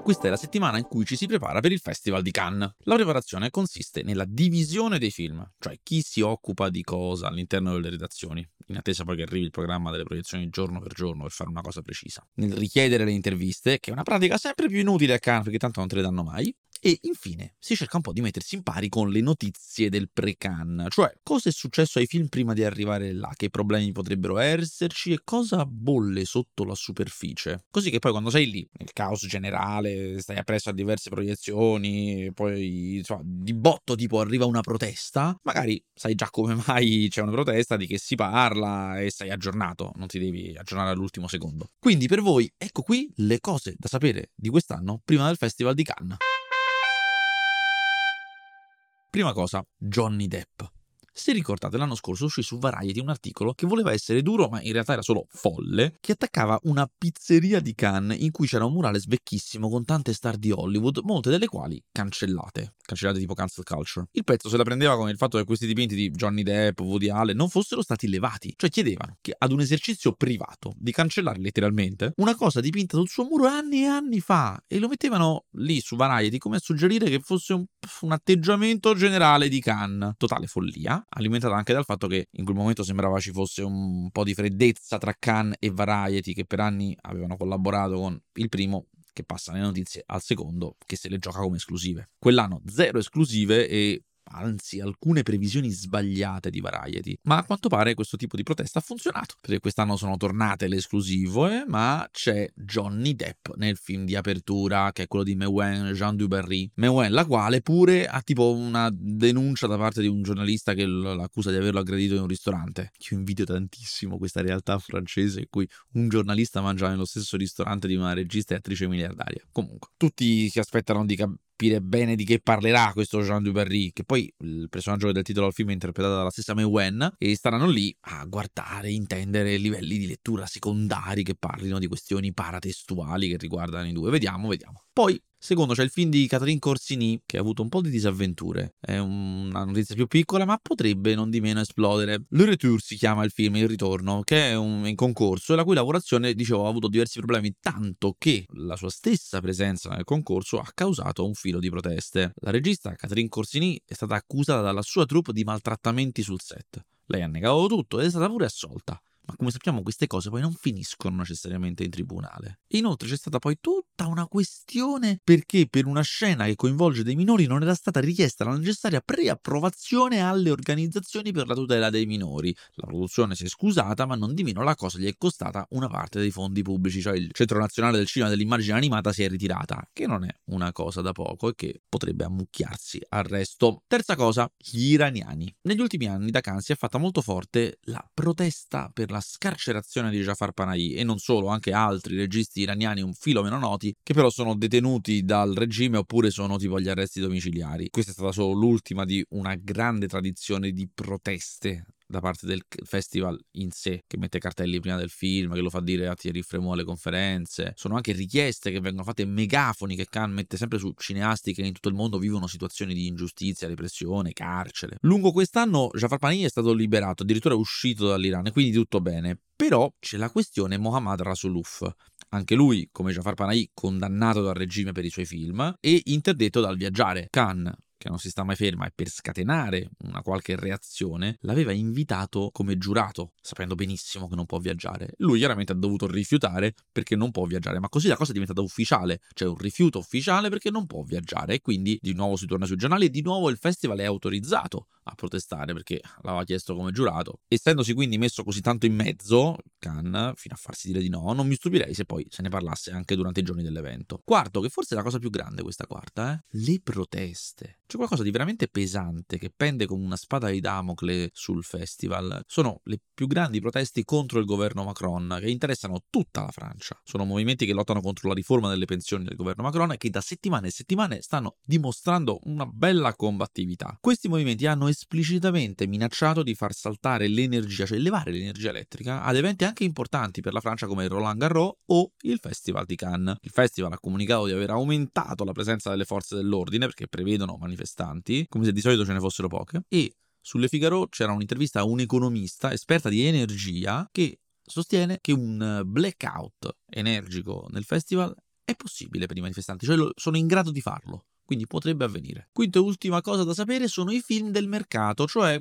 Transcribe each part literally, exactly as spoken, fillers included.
Questa è la settimana in cui ci si prepara per il Festival di Cannes. La preparazione consiste nella divisione dei film, cioè chi si occupa di cosa all'interno delle redazioni, in attesa poi che arrivi il programma delle proiezioni giorno per giorno per fare una cosa precisa. Nel richiedere le interviste, che è una pratica sempre più inutile a Cannes perché tanto non te le danno mai. E infine si cerca un po' di mettersi in pari con le notizie del pre-Cannes, cioè cosa è successo ai film prima di arrivare là, che problemi potrebbero esserci e cosa bolle sotto la superficie. Così che poi quando sei lì, nel caos generale, stai appresso a diverse proiezioni, poi insomma, di botto tipo arriva una protesta, magari sai già come mai c'è una protesta, di che si parla e sei aggiornato, non ti devi aggiornare all'ultimo secondo. Quindi per voi, ecco qui le cose da sapere di quest'anno prima del Festival di Cannes. Prima cosa, Johnny Depp. Se ricordate, l'anno scorso uscì su Variety un articolo che voleva essere duro, ma in realtà era solo folle, che attaccava una pizzeria di Cannes in cui c'era un murales vecchissimo con tante star di Hollywood, molte delle quali cancellate. Cancellate tipo cancel culture. Il pezzo se la prendeva con il fatto che questi dipinti di Johnny Depp, Woody Allen non fossero stati levati. Cioè chiedevano che ad un esercizio privato di cancellare letteralmente una cosa dipinta sul suo muro anni e anni fa e lo mettevano lì su Variety come a suggerire che fosse un, un atteggiamento generale di Cannes. Totale follia, alimentata anche dal fatto che in quel momento sembrava ci fosse un po' di freddezza tra Cannes e Variety, che per anni avevano collaborato con il primo, che passa le notizie al secondo, che se le gioca come esclusive. Quell'anno zero esclusive e anzi alcune previsioni sbagliate di Variety, ma a quanto pare questo tipo di protesta ha funzionato, perché quest'anno sono tornate le esclusive, ma c'è Johnny Depp nel film di apertura, che è quello di Mewen Jean du Barry, Mewen la quale pure ha tipo una denuncia da parte di un giornalista che l'accusa di averlo aggredito in un ristorante. Io invidio tantissimo questa realtà francese in cui un giornalista mangia nello stesso ristorante di una regista e attrice miliardaria. Comunque, tutti si aspettano di capire bene di che parlerà questo Jean du Barry, che poi il personaggio del titolo al film è interpretato dalla stessa Mewen, e staranno lì a guardare, intendere livelli di lettura secondari che parlino di questioni paratestuali che riguardano i due. Vediamo, vediamo. Poi secondo c'è il film di Catherine Corsini, che ha avuto un po' di disavventure. È una notizia più piccola, ma potrebbe non di meno esplodere. Le Retour si chiama il film, Il Ritorno, che è un in concorso e la cui lavorazione, dicevo, ha avuto diversi problemi, tanto che la sua stessa presenza nel concorso ha causato un filo di proteste. La regista Catherine Corsini è stata accusata dalla sua troupe di maltrattamenti sul set. Lei ha negato tutto ed è stata pure assolta. Ma come sappiamo queste cose poi non finiscono necessariamente in tribunale. E inoltre c'è stata poi tutta una questione perché per una scena che coinvolge dei minori non era stata richiesta la necessaria preapprovazione alle organizzazioni per la tutela dei minori. La produzione si è scusata, ma non di meno la cosa gli è costata una parte dei fondi pubblici, cioè il Centro Nazionale del Cinema dell'Immagine Animata si è ritirata, che non è una cosa da poco e che potrebbe ammucchiarsi al resto. Terza cosa, gli iraniani. Negli ultimi anni da Cannes si è fatta molto forte la protesta per la scarcerazione di Jafar Panahi e non solo, anche altri registi iraniani un filo meno noti che però sono detenuti dal regime oppure sono tipo agli arresti domiciliari. Questa è stata solo l'ultima di una grande tradizione di proteste da parte del festival in sé, che mette cartelli prima del film, che lo fa dire a Thierry Frémaux alle conferenze. Sono anche richieste che vengono fatte, megafoni che Cannes mette sempre su cineasti che in tutto il mondo vivono situazioni di ingiustizia, repressione, carcere. Lungo quest'anno Jafar Panahi è stato liberato, addirittura è uscito dall'Iran, quindi tutto bene. Però c'è la questione Mohammad Rasuluf, anche lui, come Jafar Panahi, condannato dal regime per i suoi film e interdetto dal viaggiare. Cannes, che non si sta mai ferma e per scatenare una qualche reazione l'aveva invitato come giurato, sapendo benissimo che non può viaggiare. Lui chiaramente ha dovuto rifiutare perché non può viaggiare, ma così la cosa è diventata ufficiale, cioè un rifiuto ufficiale perché non può viaggiare, e quindi di nuovo si torna sui giornali e di nuovo il festival è autorizzato a protestare perché l'aveva chiesto come giurato. Essendosi quindi messo così tanto in mezzo Cannes, fino a farsi dire di no, non mi stupirei se poi se ne parlasse anche durante i giorni dell'evento. Quarto, che forse è la cosa più grande questa quarta, eh? Le proteste. C'è qualcosa di veramente pesante che pende come una spada di Damocle sul festival. Sono le più grandi proteste contro il governo Macron, che interessano tutta la Francia. Sono movimenti che lottano contro la riforma delle pensioni del governo Macron e che da settimane e settimane stanno dimostrando una bella combattività. Questi movimenti hanno esplicitamente minacciato di far saltare l'energia, cioè levare l'energia elettrica ad eventi anche importanti per la Francia come il Roland Garros o il Festival di Cannes. Il festival ha comunicato di aver aumentato la presenza delle forze dell'ordine perché prevedono manifestanti, come se di solito ce ne fossero poche, e sulle Figaro c'era un'intervista a un economista esperta di energia che sostiene che un blackout energico nel festival è possibile per i manifestanti, cioè lo, sono in grado di farlo. Quindi potrebbe avvenire. Quinto e ultima cosa da sapere sono i film del mercato, cioè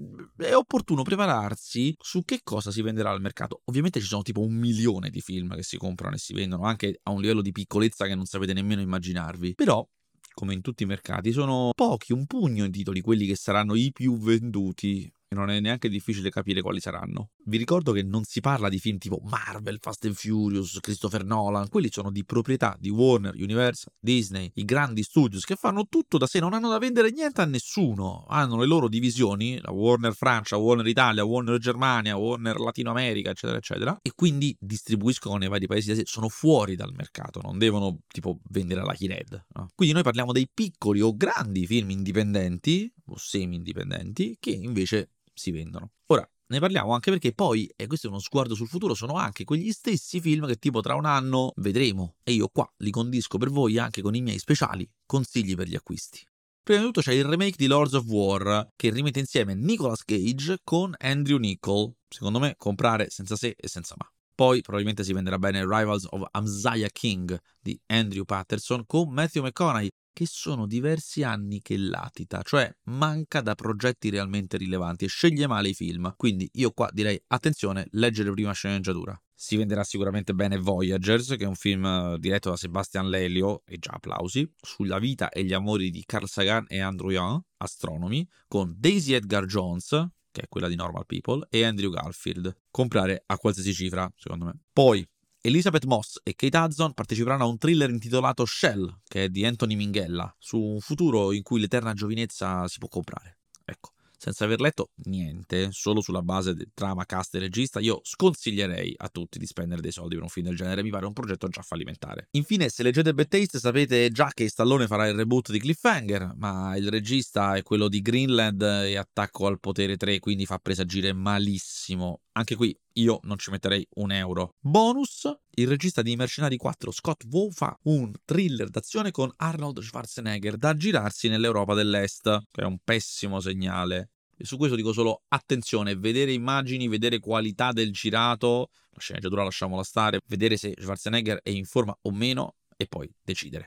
è opportuno prepararsi su che cosa si venderà al mercato. Ovviamente ci sono tipo un milione di film che si comprano e si vendono, anche a un livello di piccolezza che non sapete nemmeno immaginarvi. Però, come in tutti i mercati, sono pochi, un pugno di titoli quelli che saranno i più venduti. E non è neanche difficile capire quali saranno. Vi ricordo che non si parla di film tipo Marvel, Fast and Furious, Christopher Nolan, quelli sono di proprietà di Warner, Universal, Disney, i grandi studios che fanno tutto da sé, non hanno da vendere niente a nessuno, hanno le loro divisioni, la Warner Francia, Warner Italia, Warner Germania, Warner Latino America, eccetera, eccetera, e quindi distribuiscono nei vari paesi da sé, sono fuori dal mercato, non devono tipo vendere alla Key-Red, no? Quindi noi parliamo dei piccoli o grandi film indipendenti, o semi-indipendenti, che invece si vendono. Ora, ne parliamo anche perché poi, e questo è uno sguardo sul futuro, sono anche quegli stessi film che tipo tra un anno vedremo. E io qua li condisco per voi anche con i miei speciali consigli per gli acquisti. Prima di tutto c'è il remake di Lords of War, che rimette insieme Nicolas Cage con Andrew Niccol. Secondo me, comprare senza se e senza ma. Poi probabilmente si venderà bene Rivals of Amaziah King di Andrew Patterson con Matthew McConaughey, che sono diversi anni che latita, cioè manca da progetti realmente rilevanti e sceglie male i film. Quindi io qua direi attenzione, leggere prima sceneggiatura. Si venderà sicuramente bene Voyagers, che è un film diretto da Sebastian Lelio, e già applausi, sulla vita e gli amori di Carl Sagan e Andrew Young, astronomi, con Daisy Edgar Jones, che è quella di Normal People, e Andrew Garfield. Comprare a qualsiasi cifra, secondo me. Poi Elizabeth Moss e Kate Hudson parteciperanno a un thriller intitolato Shell, che è di Anthony Minghella, su un futuro in cui l'eterna giovinezza si può comprare. Ecco, senza aver letto niente, solo sulla base del trama, cast e regista, io sconsiglierei a tutti di spendere dei soldi per un film del genere, mi pare un progetto già fallimentare. Infine, se leggete Bad Taste sapete già che Stallone farà il reboot di Cliffhanger, ma il regista è quello di Greenland e Attacco al Potere tre, quindi fa presagire malissimo. Anche qui io non ci metterei un euro. Bonus, il regista di Mercenari quattro, Scott Waugh, fa un thriller d'azione con Arnold Schwarzenegger da girarsi nell'Europa dell'Est, che è un pessimo segnale. E su questo dico solo attenzione, vedere immagini, vedere qualità del girato, la sceneggiatura lasciamola stare, vedere se Schwarzenegger è in forma o meno e poi decidere.